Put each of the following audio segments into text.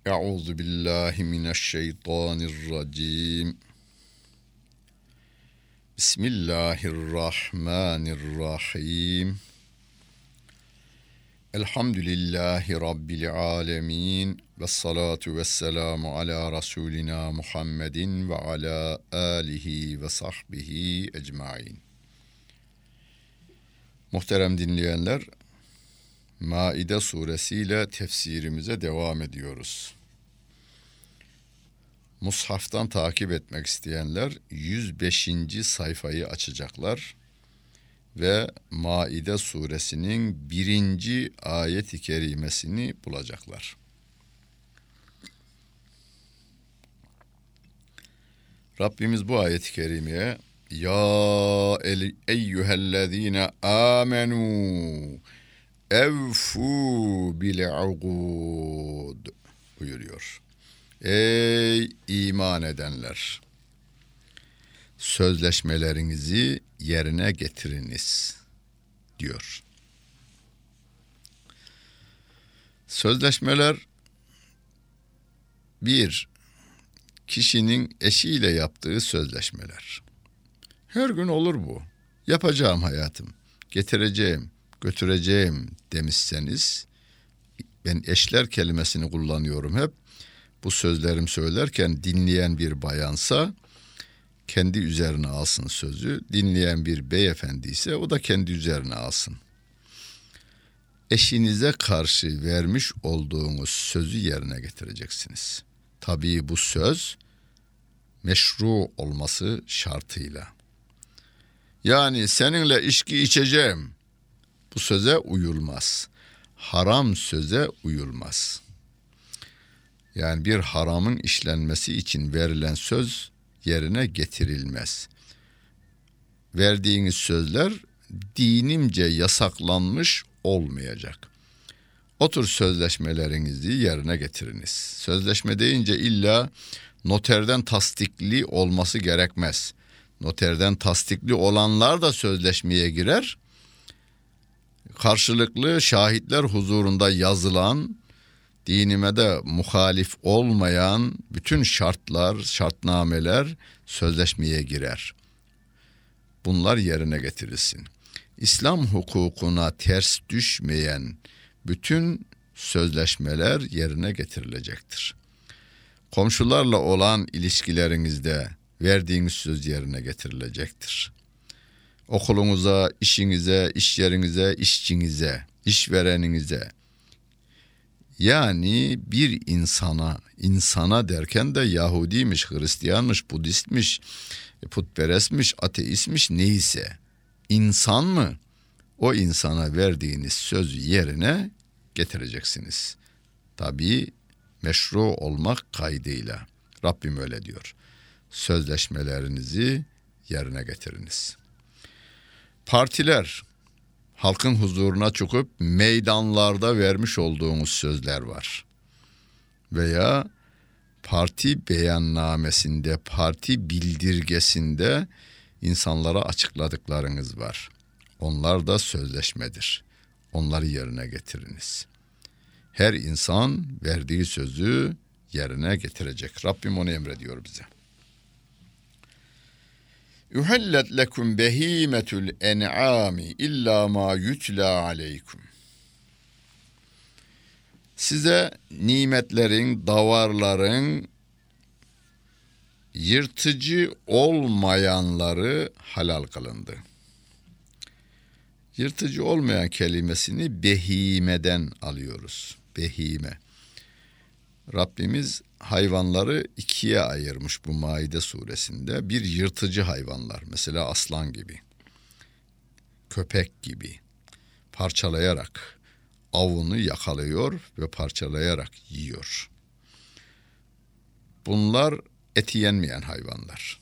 Euzu billahi mineşşeytanirracim. Bismillahirrahmanirrahim. Elhamdülillahi Rabbil alemin. Vessalatu vesselamu ala Resulina Muhammedin ve ala alihi ve sahbihi ecmain. Muhterem dinleyenler, Maide suresiyle tefsirimize devam ediyoruz. Mushaftan takip etmek isteyenler 105. sayfayı açacaklar ve Maide suresinin 1. ayet-i kerimesini bulacaklar. Rabbimiz bu ayet-i kerimeye "Ya eyyühellezine amenu evfu bil'ugud" buyuruyor. Ey iman edenler! Sözleşmelerinizi yerine getiriniz diyor. Sözleşmeler, bir, kişinin eşiyle yaptığı sözleşmeler. Her gün olur bu. Yapacağım hayatım, getireceğim, götüreceğim demişseniz, ben eşler kelimesini kullanıyorum hep. Bu sözlerim söylerken dinleyen bir bayansa kendi üzerine alsın sözü, dinleyen bir beyefendi ise o da kendi üzerine alsın. Eşinize karşı vermiş olduğunuz sözü yerine getireceksiniz. Tabii bu söz meşru olması şartıyla. Yani seninle içki içeceğim, bu söze uyulmaz. Haram söze uyulmaz. Yani bir haramın işlenmesi için verilen söz yerine getirilmez. Verdiğiniz sözler dinimce yasaklanmış olmayacak. O tür sözleşmelerinizi yerine getiriniz. Sözleşme deyince illa noterden tasdikli olması gerekmez. Noterden tasdikli olanlar da sözleşmeye girer. Karşılıklı şahitler huzurunda yazılan, dinime de muhalif olmayan bütün şartlar, şartnameler sözleşmeye girer. Bunlar yerine getirilsin. İslam hukukuna ters düşmeyen bütün sözleşmeler yerine getirilecektir. Komşularla olan ilişkilerinizde verdiğiniz söz yerine getirilecektir. Okulunuza, işinize, iş yerinize, işçinize, işvereninize, yani bir insana derken de Yahudiymiş, Hristiyanmış, Budistmiş, putperestmiş, ateistmiş, neyse, insan mı? O insana verdiğiniz sözü yerine getireceksiniz. Tabii meşru olmak kaydıyla. Rabbim öyle diyor. Sözleşmelerinizi yerine getiriniz. Partiler, halkın huzuruna çıkıp meydanlarda vermiş olduğumuz sözler var. Veya parti beyannamesinde, parti bildirgesinde insanlara açıkladıklarınız var. Onlar da sözleşmedir. Onları yerine getiriniz. Her insan verdiği sözü yerine getirecek. Rabbim onu emrediyor bize. Ühellet lekum behimetul en'ami illa ma yutla aleykum. Size nimetlerin, davarların yırtıcı olmayanları halal kılındı. Yırtıcı olmayan kelimesini behimeden alıyoruz. Behime. Rabbimiz hayvanları ikiye ayırmış bu Maide suresinde. Bir, yırtıcı hayvanlar, mesela aslan gibi, köpek gibi parçalayarak avını yakalıyor ve parçalayarak yiyor. Bunlar eti yenmeyen hayvanlar.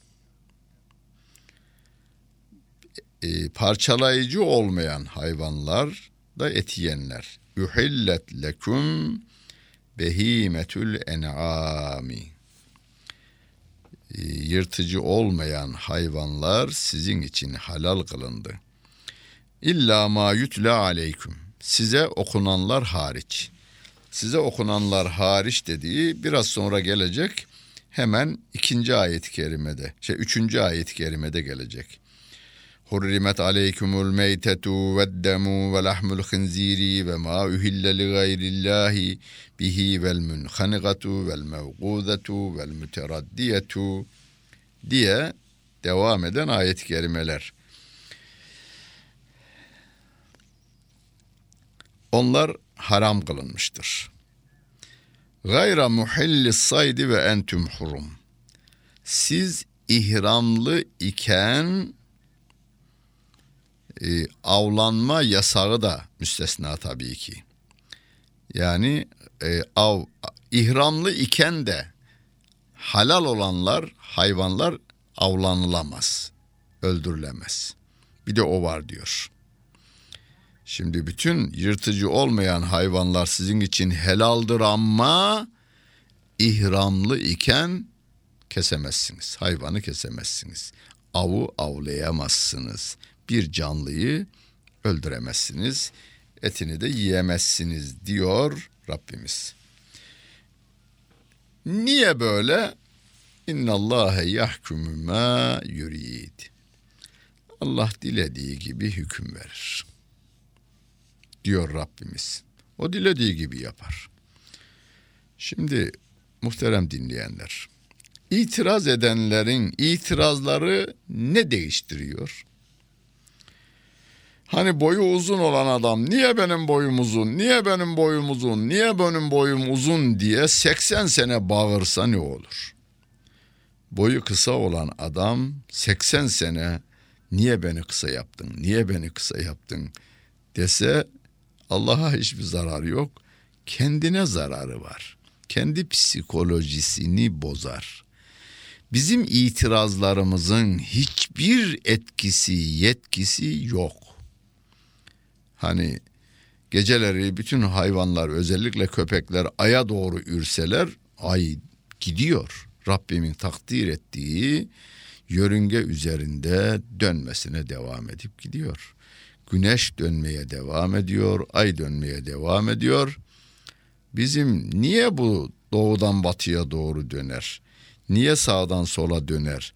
Parçalayıcı olmayan hayvanlar da eti yiyenler. Uhillet lekum behimetül en'ami. Yırtıcı olmayan hayvanlar sizin için halal kılındı. İlla ma yutla aleyküm. Size okunanlar hariç. size okunanlar hariç dediği biraz sonra gelecek. Hemen ikinci ayet-i kerimede, üçüncü ayet-i kerimede gelecek. Hurrimet aleykumul meytetu veddemu ve lahmul khinziri ve ma uhille li gayrillahi bihi vel munhanikatu vel mevquzetu vel müteraddiyetu diye devam eden ayet-i kerimeler. Onlar haram kılınmıştır. Gayra muhillis saydi ve entüm hurum. Siz ihramlı iken avlanma yasağı da müstesna tabii ki. Yani ihramlı iken de halal olanlar, hayvanlar avlanılamaz, öldürülemez. Bir de o var diyor. Şimdi bütün yırtıcı olmayan hayvanlar sizin için helaldir ama ihramlı iken kesemezsiniz. Hayvanı kesemezsiniz. Avı avlayamazsınız. Bir canlıyı öldüremezsiniz. Etini de yiyemezsiniz diyor Rabbimiz. Niye böyle? İnnallâhe yahkumu mâ yurid. Allah dilediği gibi hüküm verir diyor Rabbimiz. O dilediği gibi yapar. Şimdi muhterem dinleyenler, itiraz edenlerin itirazları ne değiştiriyor? Hani boyu uzun olan adam niye benim boyum uzun, niye benim boyum uzun, niye benim boyum uzun diye 80 sene bağırsa ne olur? Boyu kısa olan adam 80 sene niye beni kısa yaptın, niye beni kısa yaptın dese Allah'a hiçbir zararı yok. Kendine zararı var. Kendi psikolojisini bozar. Bizim itirazlarımızın hiçbir etkisi, yetkisi yok. Hani geceleri bütün hayvanlar, özellikle köpekler aya doğru ürseler, ay gidiyor. Rabbimin takdir ettiği yörünge üzerinde dönmesine devam edip gidiyor. Güneş dönmeye devam ediyor, ay dönmeye devam ediyor. Bizim niye bu doğudan batıya doğru döner? Niye sağdan sola döner?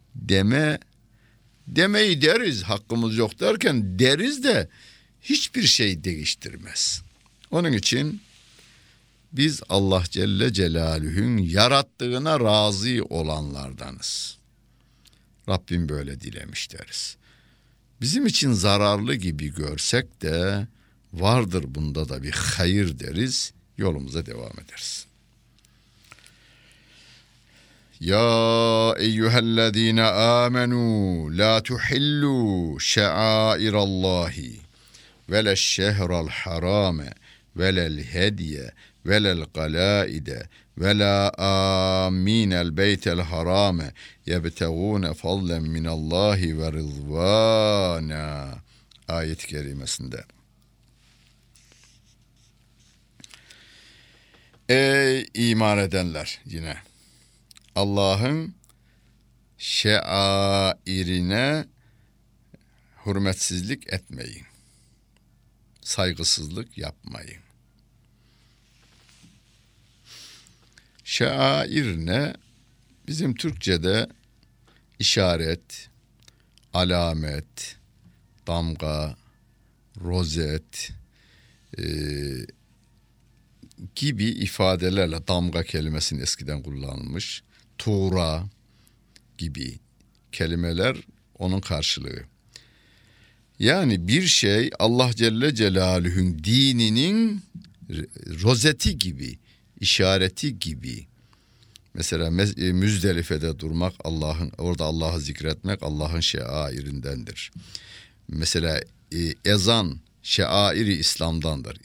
Demeyi deriz, hakkımız yok derken deriz de hiçbir şey değiştirmez. Onun için biz Allah Celle Celaluhu'nun yarattığına razı olanlardanız. Rabbim böyle dilemiş deriz. Bizim için zararlı gibi görsek de vardır bunda da bir hayır deriz, yolumuza devam ederiz. Ya eyyühellezine amenu la tuhillu şe'airallahi veleşşehral harame velel hediye velel galaide ve la aminel beytel harame yebtegûne fadlen minallahi ve rızvâna ayet-i kerimesinde. Ey iman edenler, yine Allah'ın şeairine hürmetsizlik etmeyin. Saygısızlık yapmayın. Şair ne? Bizim Türkçe'de işaret, alamet, damga, rozet gibi ifadelerle, damga kelimesini eskiden kullanılmış, tuğra gibi kelimeler onun karşılığı. Yani bir şey Allah Celle Celaluhu'nun dininin rozeti gibi, işareti gibi. Mesela Müzdelife'de durmak, orada Allah'ı zikretmek Allah'ın şairindendir. Mesela ezan şairi İslam'dandır.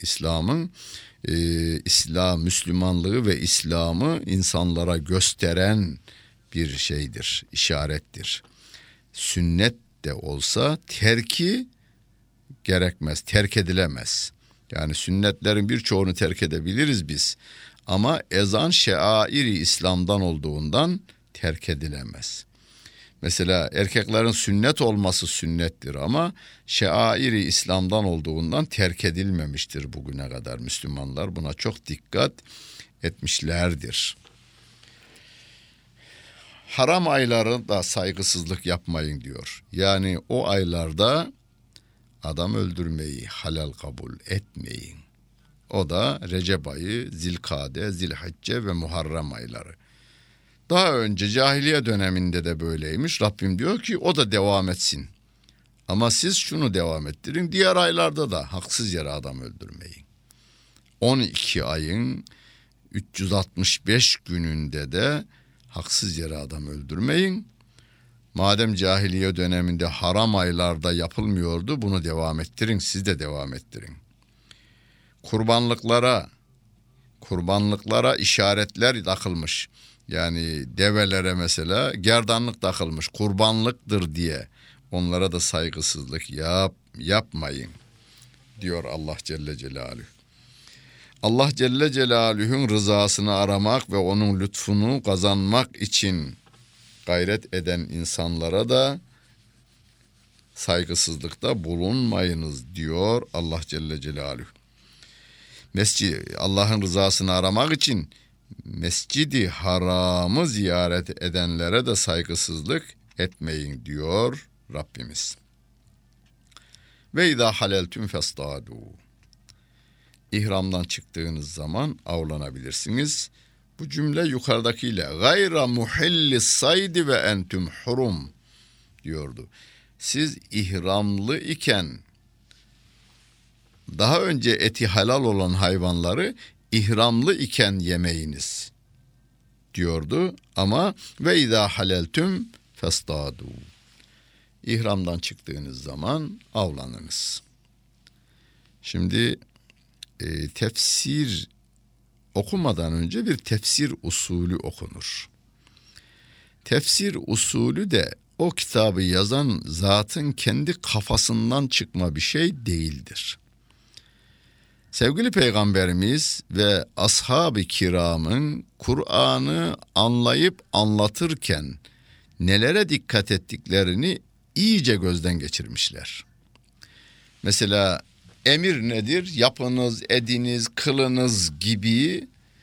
Müslümanlığı ve İslam'ı insanlara gösteren bir şeydir, işarettir. Sünnet de olsa terki gerekmez, terk edilemez. Yani sünnetlerin birçoğunu terk edebiliriz biz. Ama ezan şairi İslam'dan olduğundan terk edilemez. Mesela erkeklerin sünnet olması sünnettir ama şairi İslam'dan olduğundan terk edilmemiştir bugüne kadar. Müslümanlar buna çok dikkat etmişlerdir. Haram ayları da saygısızlık yapmayın diyor. Yani o aylarda adam öldürmeyi halal kabul etmeyin. O da Recep ayı, Zilkade, Zilhicce ve Muharrem ayları. Daha önce cahiliye döneminde de böyleymiş. Rabbim diyor ki o da devam etsin. Ama siz şunu devam ettirin. Diğer aylarda da haksız yere adam öldürmeyin. 12 ayın 365 gününde de haksız yere adam öldürmeyin. Madem cahiliye döneminde haram aylarda yapılmıyordu, bunu devam ettirin. Siz de devam ettirin. Kurbanlıklara işaretler takılmış. Yani develere mesela gerdanlık takılmış, kurbanlıktır diye. Onlara da saygısızlık yapmayın diyor Allah Celle Celaluhu. Allah Celle Celaluhu'nun rızasını aramak ve onun lütfunu kazanmak için gayret eden insanlara da saygısızlıkta bulunmayınız diyor Allah Celle Celaluhu. Allah'ın rızasını aramak için Mescid-i Haram'ı ziyaret edenlere de saygısızlık etmeyin diyor Rabbimiz. Ve izâ haleltüm festâdû. İhramdan çıktığınız zaman avlanabilirsiniz. Bu cümle yukarıdakiyle gayra muhillis saydi ve entüm hurum diyordu. Siz ihramlı iken daha önce eti halal olan hayvanları ihramlı iken yemeyiniz diyordu. Ama ve izâ haleltüm festâdû. İhramdan çıktığınız zaman avlanınız. Şimdi tefsir okumadan önce bir tefsir usulü okunur. Tefsir usulü de o kitabı yazan zatın kendi kafasından çıkma bir şey değildir. Sevgili Peygamberimiz ve ashab-ı kiramın Kur'an'ı anlayıp anlatırken nelere dikkat ettiklerini iyice gözden geçirmişler. Mesela emir nedir? Yapınız, ediniz, kılınız gibi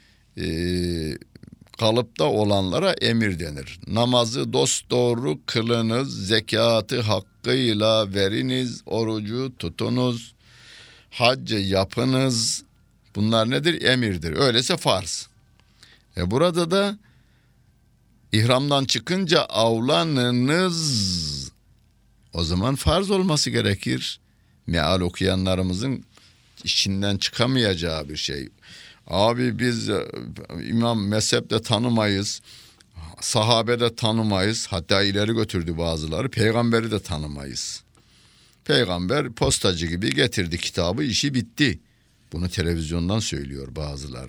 kalıpta olanlara emir denir. Namazı dosdoğru kılınız, zekatı hakkıyla veriniz, orucu tutunuz, haccı yapınız. Bunlar nedir? Emirdir. Öyleyse farz. Burada da ihramdan çıkınca avlanınız. O zaman farz olması gerekir. Meal okuyanlarımızın içinden çıkamayacağı bir şey. Abi biz imam mezhepte tanımayız, sahabe de tanımayız, hatta ileri götürdü bazıları, peygamberi de tanımayız. Peygamber postacı gibi getirdi kitabı, işi bitti. Bunu televizyondan söylüyor bazıları.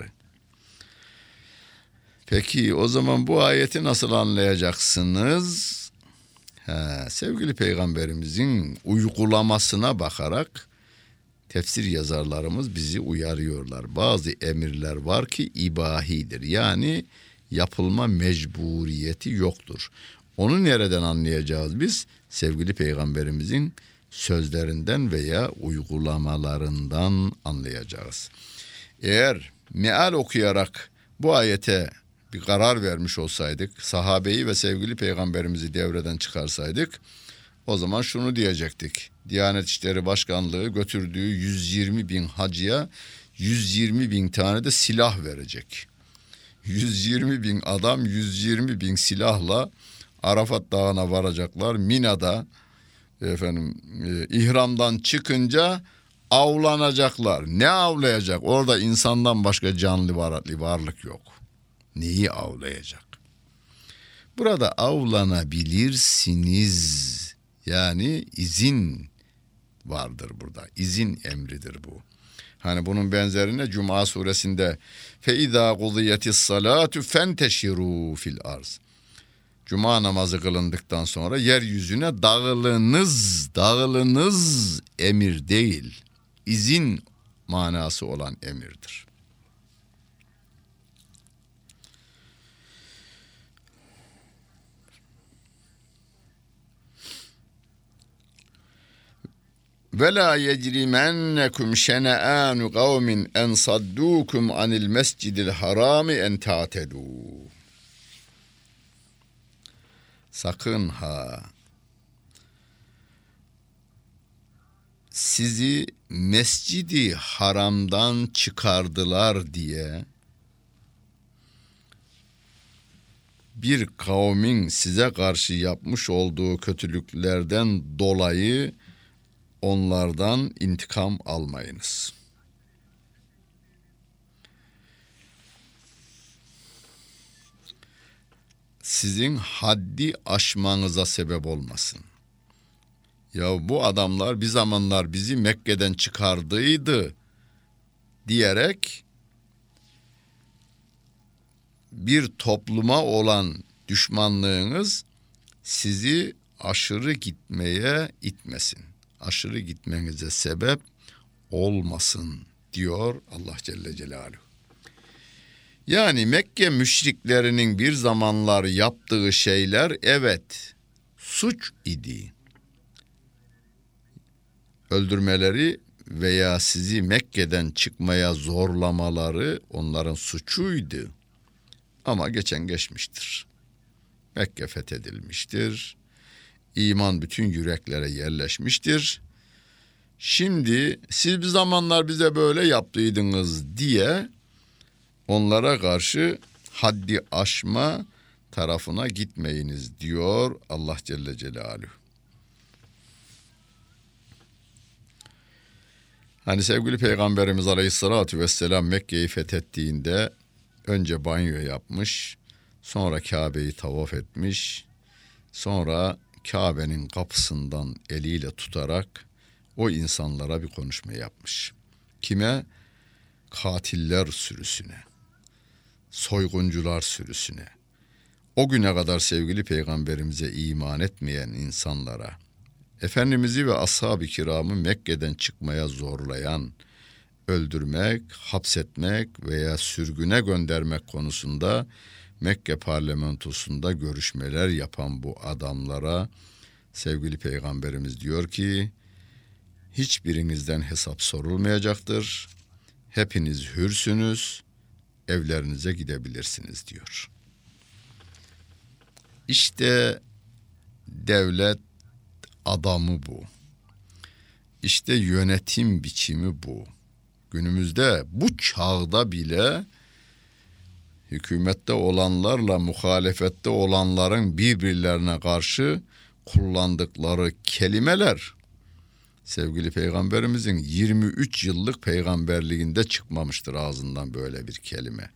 Peki o zaman bu ayeti nasıl anlayacaksınız? Sevgili Peygamberimizin uygulamasına bakarak tefsir yazarlarımız bizi uyarıyorlar. Bazı emirler var ki ibahidir. Yani yapılma mecburiyeti yoktur. Onu nereden anlayacağız biz? Sevgili Peygamberimizin sözlerinden veya uygulamalarından anlayacağız. Eğer meal okuyarak bu ayete bir karar vermiş olsaydık, sahabeyi ve sevgili Peygamberimizi devreden çıkarsaydık, o zaman şunu diyecektik. Diyanet İşleri Başkanlığı götürdüğü 120 bin hacıya 120 bin tane de silah verecek. 120 bin adam 120 bin silahla Arafat Dağı'na varacaklar. Mina'da ihramdan çıkınca avlanacaklar. Ne avlayacak? Orada insandan başka canlı varlık yok. Neyi avlayacak? Burada avlanabilirsiniz. Yani izin vardır burada. İzin emridir bu. Hani bunun benzerine Cuma suresinde فَاِذَا قُضِيَتِ الصَّلَاتُ فَانْتَشِرُوا fil arz. Cuma namazı kılındıktan sonra yeryüzüne dağılınız. Dağılınız emir değil. İzin manası olan emirdir. Ve la yecrimennekum şene'anu kavmin en saddukum anil mescidil harami en ta'tedu. Sakın ha, sizi mescidi haramdan çıkardılar diye bir kavmin size karşı yapmış olduğu kötülüklerden dolayı onlardan intikam almayınız. Sizin haddi aşmanıza sebep olmasın. Ya bu adamlar bir zamanlar bizi Mekke'den çıkardıydı diyerek bir topluma olan düşmanlığınız sizi aşırı gitmeye itmesin. Aşırı gitmenize sebep olmasın diyor Allah Celle Celaluhu. Yani Mekke müşriklerinin bir zamanlar yaptığı şeyler evet suç idi. Öldürmeleri veya sizi Mekke'den çıkmaya zorlamaları onların suçuydu. Ama geçen geçmiştir. Mekke fethedilmiştir. İman bütün yüreklere yerleşmiştir. Şimdi siz bir zamanlar bize böyle yaptıydınız diye onlara karşı haddi aşma tarafına gitmeyiniz diyor Allah Celle Celaluhu. Hani sevgili Peygamberimiz Aleyhisselatü Vesselam Mekke'yi fethettiğinde önce banyo yapmış, sonra Kabe'yi tavaf etmiş, sonra Kabe'nin kapısından eliyle tutarak o insanlara bir konuşma yapmış. Kime? Katiller sürüsüne, soyguncular sürüsüne, o güne kadar sevgili Peygamberimize iman etmeyen insanlara, Efendimiz'i ve ashab-ı kiramı Mekke'den çıkmaya zorlayan, öldürmek, hapsetmek veya sürgüne göndermek konusunda Mekke parlamentosunda görüşmeler yapan bu adamlara sevgili Peygamberimiz diyor ki, hiçbirinizden hesap sorulmayacaktır. Hepiniz hürsünüz, evlerinize gidebilirsiniz diyor. İşte devlet adamı bu. İşte yönetim biçimi bu. Günümüzde bu çağda bile hükümette olanlarla muhalefette olanların birbirlerine karşı kullandıkları kelimeler sevgili Peygamberimizin 23 yıllık peygamberliğinde çıkmamıştır ağzından böyle bir kelime.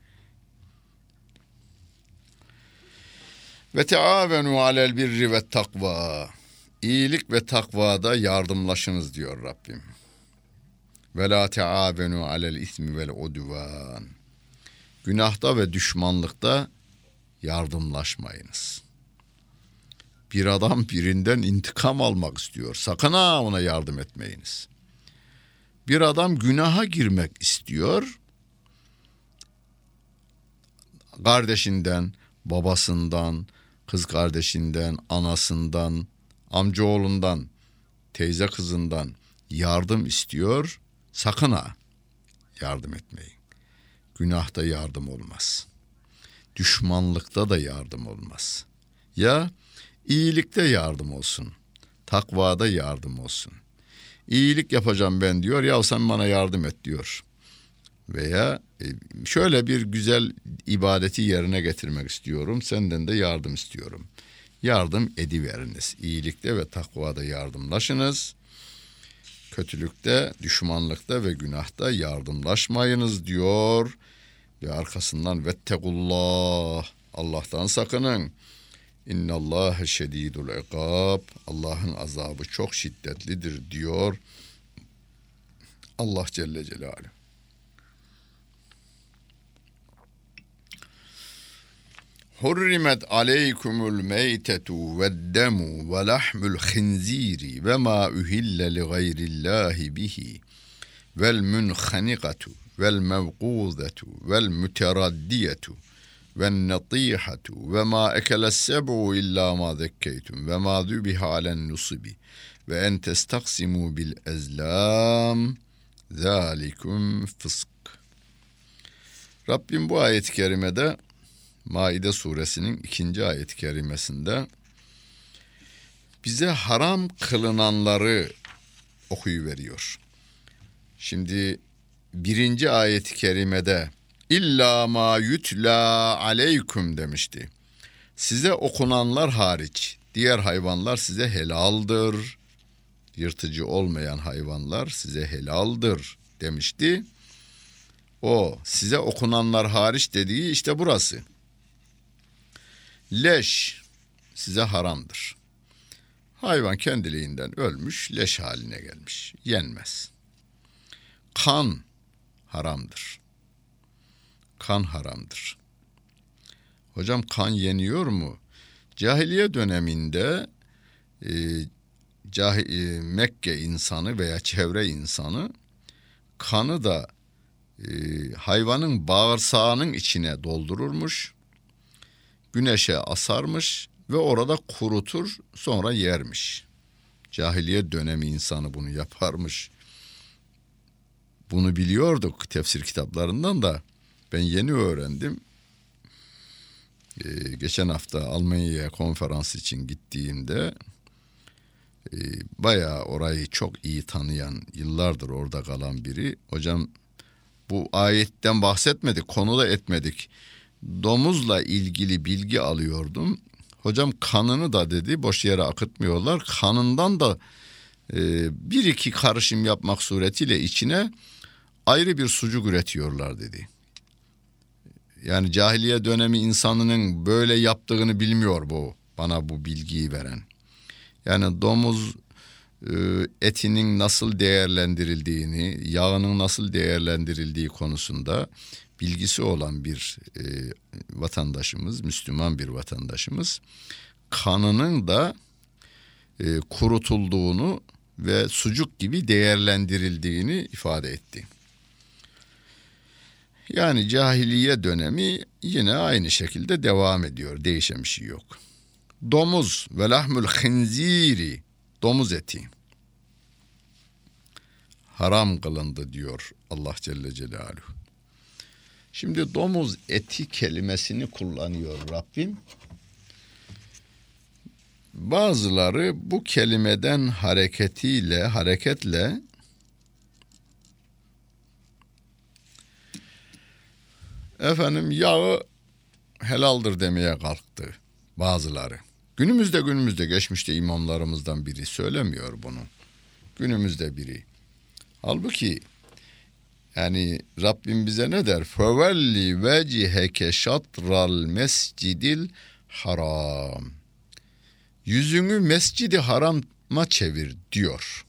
Ve teavenu alel birri ve takva. İyilik ve takvada yardımlaşınız diyor Rabbim. Ve la teavenu alel ismi vel udvan. Günahta ve düşmanlıkta yardımlaşmayınız. Bir adam birinden intikam almak istiyor. Sakın ha ona yardım etmeyiniz. Bir adam günaha girmek istiyor. Kardeşinden, babasından, kız kardeşinden, anasından, amcaoğlundan, teyze kızından yardım istiyor. Sakın ha yardım etmeyin. Günahta yardım olmaz. Düşmanlıkta da yardım olmaz. Ya iyilikte yardım olsun. Takvada yardım olsun. İyilik yapacağım ben diyor. Ya sen bana yardım et diyor. Veya şöyle bir güzel ibadeti yerine getirmek istiyorum. Senden de yardım istiyorum. Yardım ediveriniz. İyilikte ve takvada yardımlaşınız. Kötülükte, düşmanlıkta ve günahta yardımlaşmayınız diyor. Ve arkasından vettekullah. Allah'tan sakının. İnnallâhe şedîdul ikâb. Allah'ın azabı çok şiddetlidir diyor Allah Celle Celaluhu. Hurrimet aleykumul meytetu veddemu ve lahmul khinziri ve ma uhille li gayrillahi bihi vel munhanikatu vel mevquzetu vel müteraddiyetu ve natihatu ve ma ekele seb'u illa ma zekkeytum ve ma zubiha alen nusubi ve en testaksimu bil ezlam zalikum fısk. Rabbim bu ayet-i kerimede Maide suresinin 2. ayet-i kerimesinde bize haram kılınanları okuyuveriyor. Şimdi 1. ayet-i kerimede İlla ma yutla aleykum demişti. Size okunanlar hariç diğer hayvanlar size helaldir. Yırtıcı olmayan hayvanlar size helaldir demişti. O size okunanlar hariç dediği işte burası. Leş size haramdır. Hayvan kendiliğinden ölmüş, leş haline gelmiş. Yenmez. Kan haramdır. Kan haramdır. Hocam kan yeniyor mu? Cahiliye döneminde Mekke insanı veya çevre insanı kanı da hayvanın bağırsağının içine doldururmuş, güneşe asarmış ve orada kurutur, sonra yermiş. Cahiliye dönemi insanı bunu yaparmış. Bunu biliyorduk tefsir kitaplarından da ben yeni öğrendim. Geçen hafta Almanya'ya konferans için gittiğimde bayağı orayı çok iyi tanıyan, yıllardır orada kalan biri, hocam bu ayetten bahsetmedik, konu da etmedik. Domuzla ilgili bilgi alıyordum. Hocam kanını da dedi boş yere akıtmıyorlar. Kanından da bir iki karışım yapmak suretiyle içine ayrı bir sucuk üretiyorlar dedi. Yani cahiliye dönemi insanının böyle yaptığını bilmiyor bana bu bilgiyi veren. Yani domuz etinin nasıl değerlendirildiğini, yağının nasıl değerlendirildiği konusunda bilgisi olan bir vatandaşımız, Müslüman bir vatandaşımız, kanının da kurutulduğunu ve sucuk gibi değerlendirildiğini ifade etti. Yani cahiliye dönemi yine aynı şekilde devam ediyor, değişen bir şey yok. Domuz ve lahmül khinziri, domuz eti haram kılındı diyor Allah Celle Celaluhu. Şimdi domuz eti kelimesini kullanıyor Rabbim. Bazıları bu kelimeden hareketle yağı helaldir demeye kalktı bazıları. Günümüzde geçmişte imamlarımızdan biri söylemiyor bunu. Günümüzde biri. Halbuki yani Rabbim bize ne der? Fevelli veciheke şatral mescidil haram. Yüzünü mescidi harama çevir diyor.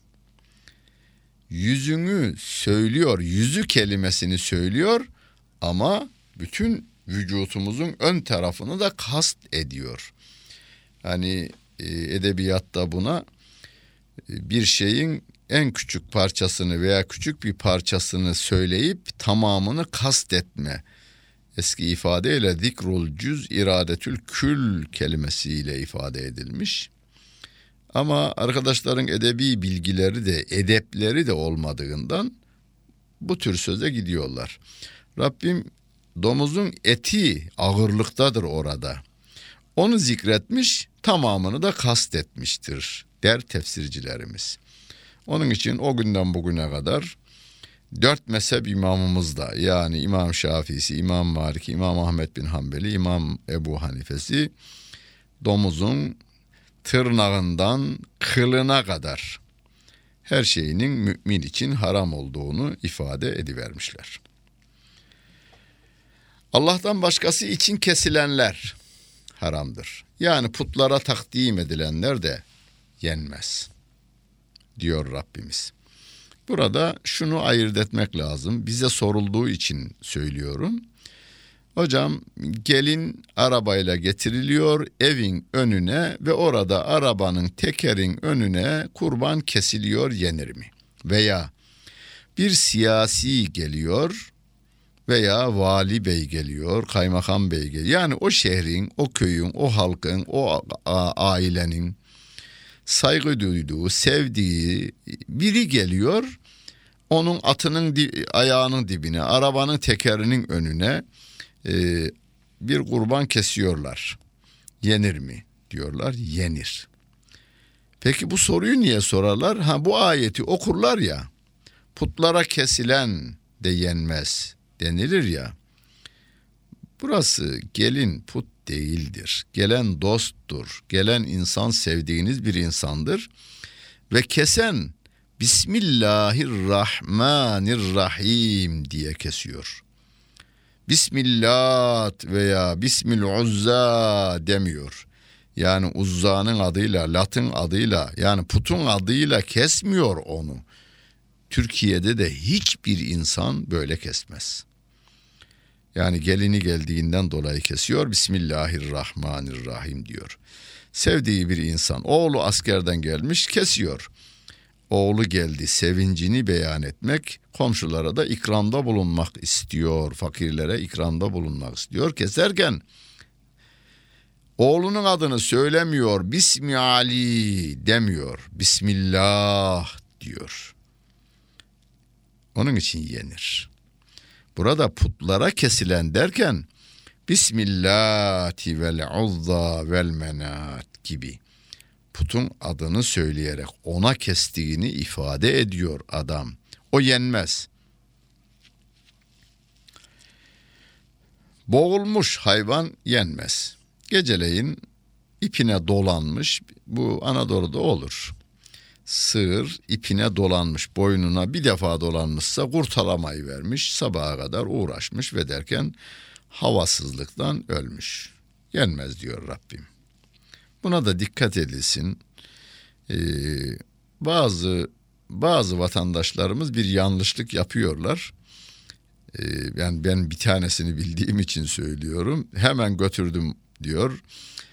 Yüzünü söylüyor, yüzü kelimesini söylüyor ama bütün vücutumuzun ön tarafını da kast ediyor. Hani edebiyatta buna bir şeyin en küçük parçasını veya küçük bir parçasını söyleyip tamamını kastetme. Eski ifadeyle zikrul cüz iradetül kül kelimesiyle ifade edilmiş. Ama arkadaşların edebi bilgileri de edepleri de olmadığından bu tür söze gidiyorlar. Rabbim domuzun eti ağırlıktadır orada. Onu zikretmiş, tamamını da kastetmiştir der tefsircilerimiz. Onun için o günden bugüne kadar 4 mezhep imamımız da, yani İmam Şafii'si, İmam Malik, İmam Ahmed bin Hanbeli, İmam Ebu Hanife'si domuzun tırnağından kılına kadar her şeyinin mümin için haram olduğunu ifade edivermişler. Allah'tan başkası için kesilenler haramdır. Yani putlara takdim edilenler de yenmez diyor Rabbimiz. Burada şunu ayırt etmek lazım. Bize sorulduğu için söylüyorum. Hocam gelin arabayla getiriliyor evin önüne ve orada arabanın tekerin önüne kurban kesiliyor, yenir mi? Veya bir siyasi geliyor, veya vali bey geliyor, kaymakam bey geliyor. Yani o şehrin, o köyün, o halkın, o ailenin saygı duyduğu, sevdiği biri geliyor. Onun atının ayağının dibine, arabanın tekerinin önüne bir kurban kesiyorlar. Yenir mi diyorlar, yenir. Peki bu soruyu niye sorarlar? Bu ayeti okurlar ya, putlara kesilen de yenmez denilir ya. Burası gelin put değildir. Gelen dosttur. Gelen insan sevdiğiniz bir insandır. Ve kesen Bismillahirrahmanirrahim diye kesiyor. Bismillah veya Bismiluzza demiyor. Yani Uzza'nın adıyla, Lat'ın adıyla, yani putun adıyla kesmiyor onu. Türkiye'de de hiçbir insan böyle kesmez. Yani gelini geldiğinden dolayı kesiyor. Bismillahirrahmanirrahim diyor. Sevdiği bir insan, oğlu askerden gelmiş, kesiyor. Oğlu geldi, sevincini beyan etmek, komşulara da ikramda bulunmak istiyor. Fakirlere ikramda bulunmak istiyor. Keserken oğlunun adını söylemiyor. Bismi Ali demiyor. Bismillah diyor. Onun için yenir. Burada putlara kesilen derken Bismillati vel uzza vel menat gibi putun adını söyleyerek ona kestiğini ifade ediyor adam. O yenmez. Boğulmuş hayvan yenmez. Geceleyin ipine dolanmış, bu Anadolu'da olur. Sığır ipine dolanmış, boynuna bir defa dolanmışsa kurtaramayı vermiş, sabaha kadar uğraşmış ve derken havasızlıktan ölmüş. Yenmez diyor Rabbim. Buna da dikkat edilsin. Bazı vatandaşlarımız bir yanlışlık yapıyorlar. Yani ben bir tanesini bildiğim için söylüyorum. Hemen götürdüm diyor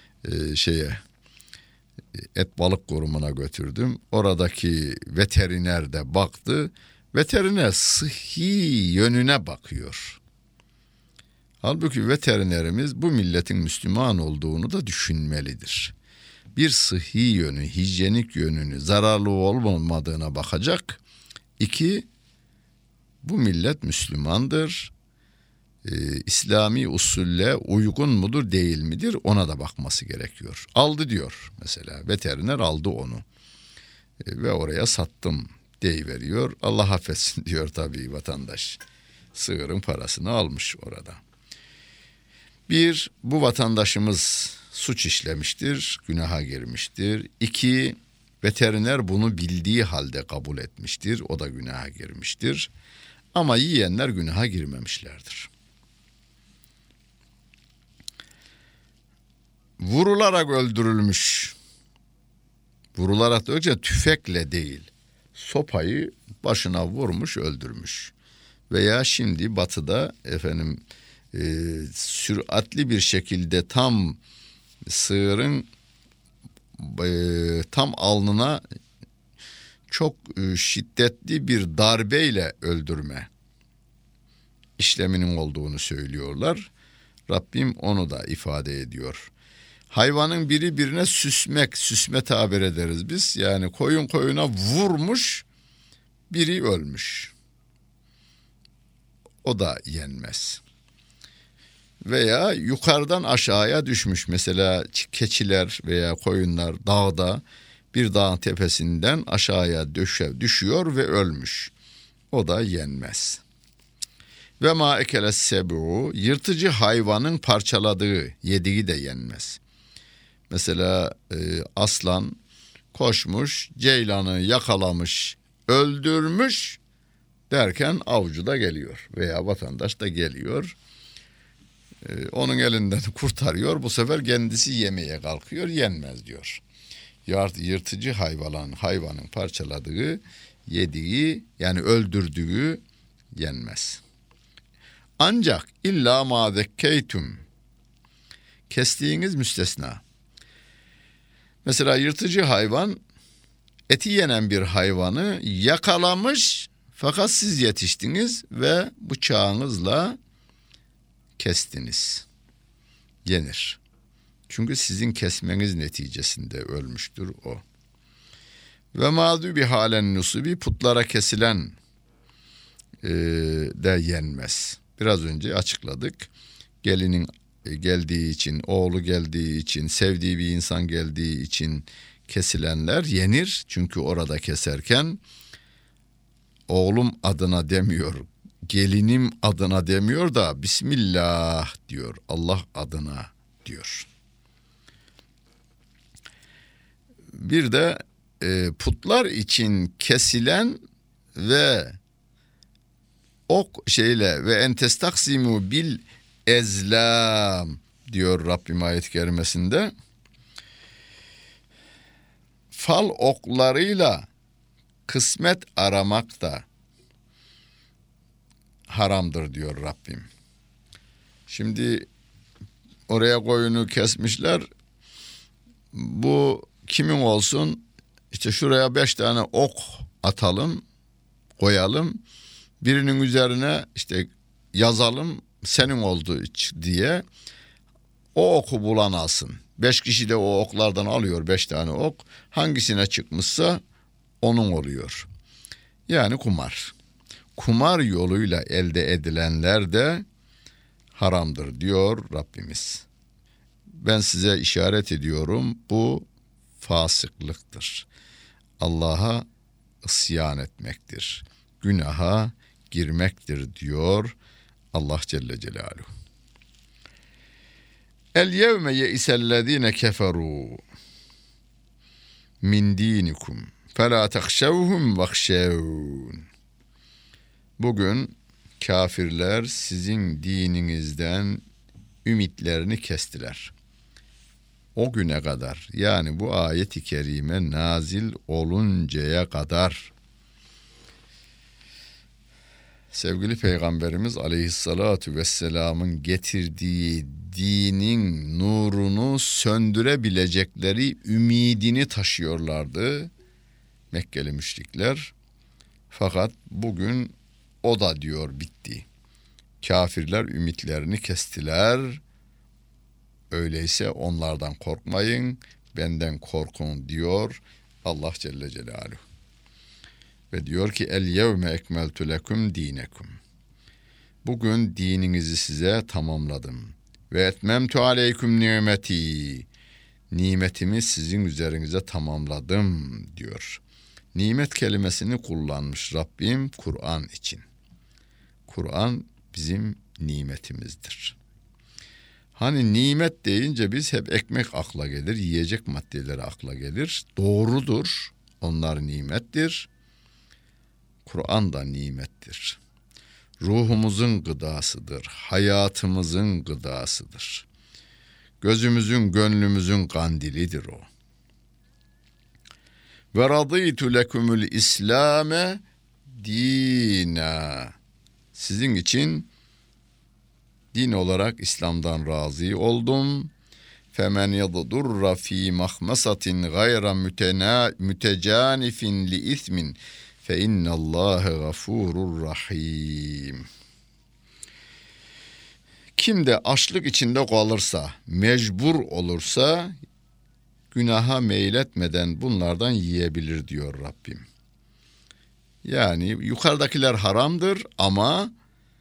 et balık kurumuna götürdüm. Oradaki veteriner de baktı. Veteriner sıhhi yönüne bakıyor. Halbuki veterinerimiz bu milletin Müslüman olduğunu da düşünmelidir. Bir sıhhi yönü, hijyenik yönünü, zararlı olmadığına bakacak. 2, bu millet Müslümandır. İslami usulle uygun mudur değil midir ona da bakması gerekiyor. Aldı diyor mesela, veteriner aldı onu ve oraya sattım deyiveriyor. Allah affetsin diyor tabii vatandaş. Sığırın parasını almış orada. Bir, bu vatandaşımız suç işlemiştir, günaha girmiştir. 2, veteriner bunu bildiği halde kabul etmiştir, o da günaha girmiştir. Ama yiyenler günaha girmemişlerdir. Vurularak öldürülmüş. Vurularak da önce tüfekle değil, sopayı başına vurmuş, öldürmüş. Veya şimdi batıda süratli bir şekilde tam sığırın tam alnına çok şiddetli bir darbeyle öldürme işleminin olduğunu söylüyorlar. Rabbim onu da ifade ediyor. Hayvanın biri birine süsme tabir ederiz biz. Yani koyun koyuna vurmuş, biri ölmüş. O da yenmez. Veya yukarıdan aşağıya düşmüş. Mesela keçiler veya koyunlar dağda bir dağın tepesinden aşağıya düşüyor ve ölmüş. O da yenmez. Ve ma ekele sebu, yırtıcı hayvanın parçaladığı, yediği de yenmez. Mesela aslan koşmuş, ceylanı yakalamış, öldürmüş derken avcı da geliyor veya vatandaş da geliyor. Onun elinden kurtarıyor, bu sefer kendisi yemeye kalkıyor, yenmez diyor. Yırtıcı hayvanın parçaladığı, yediği yani öldürdüğü yenmez. Ancak illa ma zekkeytum, kestiğiniz müstesna. Mesela yırtıcı hayvan eti yenen bir hayvanı yakalamış Fakat siz yetiştiniz ve bıçağınızla kestiniz. Yenir. Çünkü sizin kesmeniz neticesinde ölmüştür o. Ve mağdubi halen nusubi, putlara kesilen de yenmez. Biraz önce açıkladık. Gelinin geldiği için, oğlu geldiği için, sevdiği bir insan geldiği için kesilenler yenir. Çünkü orada keserken oğlum adına demiyor, gelinim adına demiyor da Bismillah diyor, Allah adına diyor. Bir de putlar için kesilen ve ok şeyle ve entestaksimu bil ezlam diyor Rabbim ayet-i kerimesinde. Fal oklarıyla kısmet aramak da haramdır diyor Rabbim. Şimdi oraya koyunu kesmişler. Bu kimin olsun? İşte şuraya 5 tane ok atalım, koyalım. Birinin üzerine işte yazalım, senin oldu diye. O oku bulan alsın. 5 kişi de o oklardan alıyor 5 tane ok. Hangisine çıkmışsa onun oluyor. Yani kumar. Kumar yoluyla elde edilenler de haramdır diyor Rabbimiz. Ben size işaret ediyorum, bu fasıklıktır. Allah'a isyan etmektir. Günaha girmektir diyor Allah Celle Celaluhu. El yevme ye'isellezine keferu min dinikum fela tahşevhum vahşevun. Bugün kafirler sizin dininizden ümitlerini kestiler. O güne kadar, yani bu ayet-i kerime nazil oluncaya kadar sevgili Peygamberimiz Aleyhissalatu vesselam'ın getirdiği dinin nurunu söndürebilecekleri ümidini taşıyorlardı Mekkeli müşrikler. Fakat bugün o da diyor bitti. Kafirler ümitlerini kestiler. Öyleyse onlardan korkmayın, benden korkun diyor Allah Celle Celaluhu. Ve diyor ki el yevme ekmeltu lekum dinekum. Bugün dininizi size tamamladım. Ve etmemtu aleykum nimeti. Nimetimi sizin üzerinize tamamladım diyor. Nimet kelimesini kullanmış Rabbim Kur'an için. Kur'an bizim nimetimizdir. Hani nimet deyince biz hep ekmek akla gelir, yiyecek maddeleri akla gelir. Doğrudur, onlar nimettir. Kur'an da nimettir. Ruhumuzun gıdasıdır, hayatımızın gıdasıdır. Gözümüzün, gönlümüzün kandilidir o. Ve radîtu lekumul İslame dîna. Sizin için din olarak İslam'dan razı oldum. Femen yadurra fi mahmasatin gayra mütecanifin li ismin fe innallâhe gafurur rahim. Kim de açlık içinde kalırsa, mecbur olursa günaha meyletmeden bunlardan yiyebilir diyor Rabbim. Yani yukarıdakiler haramdır ama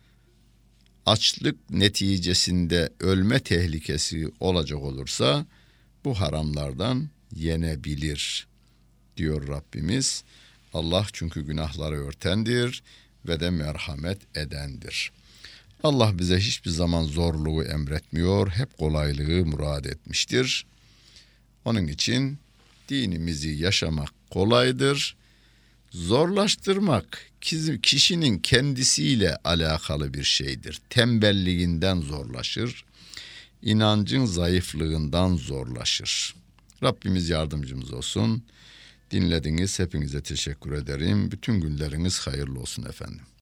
açlık neticesinde ölme tehlikesi olacak olursa bu haramlardan yenebilir diyor Rabbimiz. Allah çünkü günahları örtendir ve de merhamet edendir. Allah bize hiçbir zaman zorluğu emretmiyor, hep kolaylığı murad etmiştir. Onun için dinimizi yaşamak kolaydır. Zorlaştırmak kişinin kendisiyle alakalı bir şeydir. Tembelliğinden zorlaşır, inancın zayıflığından zorlaşır. Rabbimiz yardımcımız olsun. Dinlediniz, hepinize teşekkür ederim. Bütün günleriniz hayırlı olsun efendim.